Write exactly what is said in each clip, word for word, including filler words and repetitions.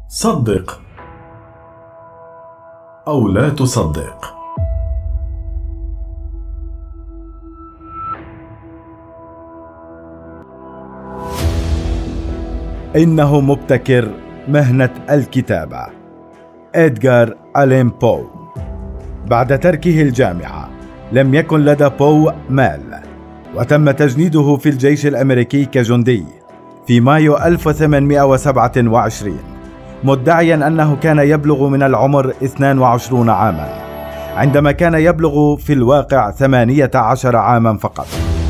صدق أو لا تصدق. إنه مبتكر مهنة الكتابة. إدغار ألين بو. بعد تركه الجامعة لم يكن لدى بو مال، وتم تجنيده في الجيش الأمريكي كجندي في مايو ألف وثمانمائة وسبعة وعشرين، مدعيا أنه كان يبلغ من العمر اثنين وعشرين عاما، عندما كان يبلغ في الواقع ثمانية عشر عاما فقط.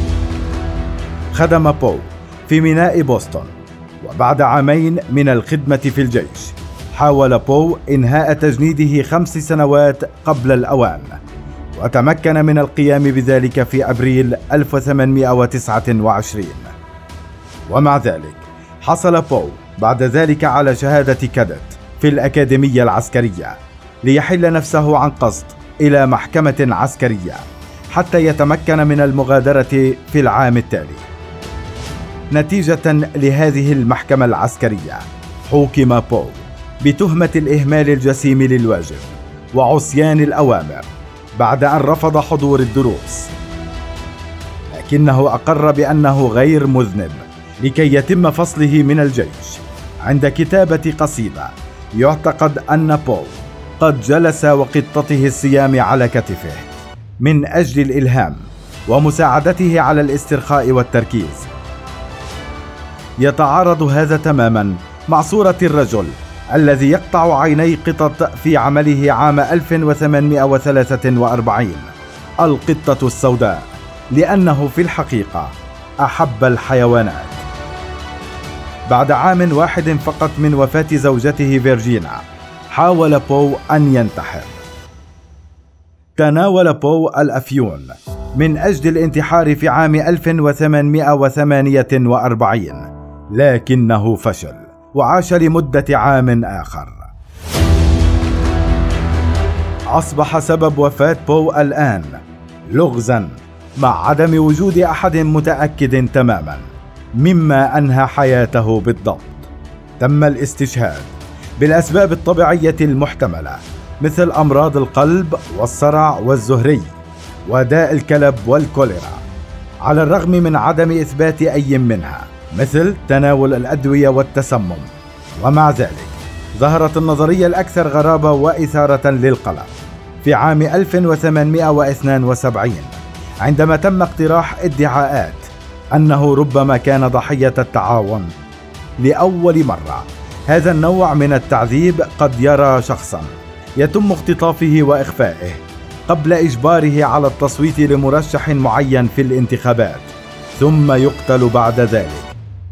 خدم بو في ميناء بوسطن، وبعد عامين من الخدمة في الجيش حاول بو إنهاء تجنيده خمس سنوات قبل الأوان، وتمكن من القيام بذلك في أبريل ألف وثمانمائة وتسعة وعشرين. ومع ذلك حصل بو بعد ذلك على شهادة كادت في الأكاديمية العسكرية ليحل نفسه عن قصد إلى محكمة عسكرية حتى يتمكن من المغادرة في العام التالي. نتيجة لهذه المحكمة العسكرية حوكم بو بتهمة الإهمال الجسيم للواجب وعصيان الأوامر بعد أن رفض حضور الدروس، لكنه أقر بأنه غير مذنب لكي يتم فصله من الجيش عند كتابة قصيدة يعتقد أن بو قد جلس وقطته السيام على كتفه من أجل الإلهام ومساعدته على الاسترخاء والتركيز. يتعارض هذا تماما مع صورة الرجل الذي يقطع عيني قطط في عمله عام ألف وثمانمائة وثلاثة وأربعين، القطة السوداء، لأنه في الحقيقة أحب الحيوانات. بعد عام واحد فقط من وفاة زوجته فيرجينا حاول بو أن ينتحر. تناول بو الأفيون من أجل الانتحار في عام ألف وثمانمائة وثمانية وأربعين، لكنه فشل وعاش لمدة عام آخر. أصبح سبب وفاة بو الآن لغزاً مع عدم وجود أحد متأكد تماماً مما أنهى حياته بالضبط. تم الاستشهاد بالأسباب الطبيعية المحتملة مثل أمراض القلب والصرع والزهري وداء الكلب والكوليرا، على الرغم من عدم إثبات أي منها مثل تناول الأدوية والتسمم. ومع ذلك ظهرت النظرية الأكثر غرابة وإثارة للقلق في عام ألف وثمانمائة واثنين وسبعين، عندما تم اقتراح ادعاءات أنه ربما كان ضحية التعاون. لأول مرة هذا النوع من التعذيب قد يرى شخصا يتم اختطافه وإخفائه قبل إجباره على التصويت لمرشح معين في الانتخابات، ثم يقتل بعد ذلك.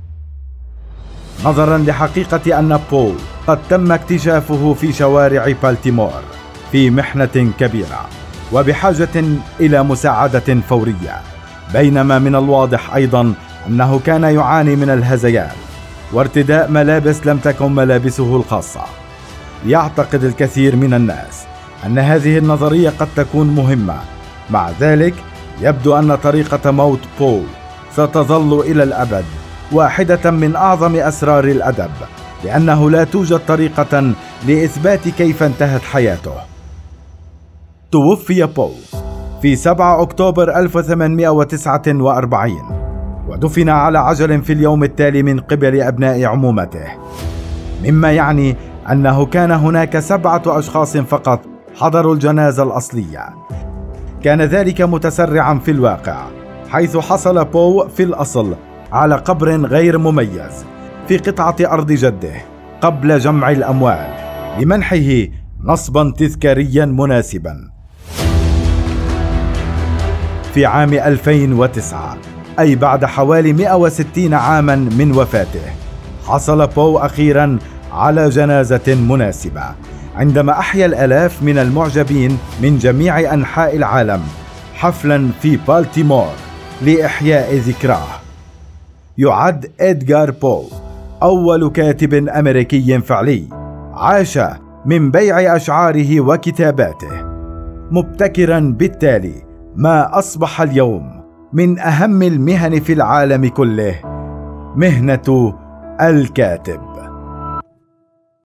نظرا لحقيقة أن بو قد تم اكتشافه في شوارع بالتيمور في محنة كبيرة وبحاجة إلى مساعدة فورية، بينما من الواضح أيضا أنه كان يعاني من الهذيان وارتداء ملابس لم تكن ملابسه الخاصة. يعتقد الكثير من الناس أن هذه النظرية قد تكون مهمة، مع ذلك يبدو أن طريقة موت بو ستظل إلى الأبد واحدة من أعظم أسرار الأدب، لأنه لا توجد طريقة لإثبات كيف انتهت حياته. توفي بو في سبعة أكتوبر ألف وثمانمائة وتسعة وأربعين، ودفن على عجل في اليوم التالي من قبل أبناء عمومته، مما يعني أنه كان هناك سبعة أشخاص فقط حضروا الجنازة الأصلية. كان ذلك متسرعا في الواقع، حيث حصل بو في الأصل على قبر غير مميز في قطعة أرض جده قبل جمع الأموال لمنحه نصبا تذكاريا مناسبا. في عام ألفين وتسعة، أي بعد حوالي مئة وستين عاما من وفاته، حصل بو أخيرا على جنازة مناسبة، عندما أحيا الآلاف من المعجبين من جميع أنحاء العالم حفلا في بالتيمور لإحياء ذكراه. يعد إدغار بو أول كاتب أمريكي فعلي عاش من بيع أشعاره وكتاباته، مبتكرا بالتالي ما أصبح اليوم من أهم المهن في العالم كله، مهنة الكاتب.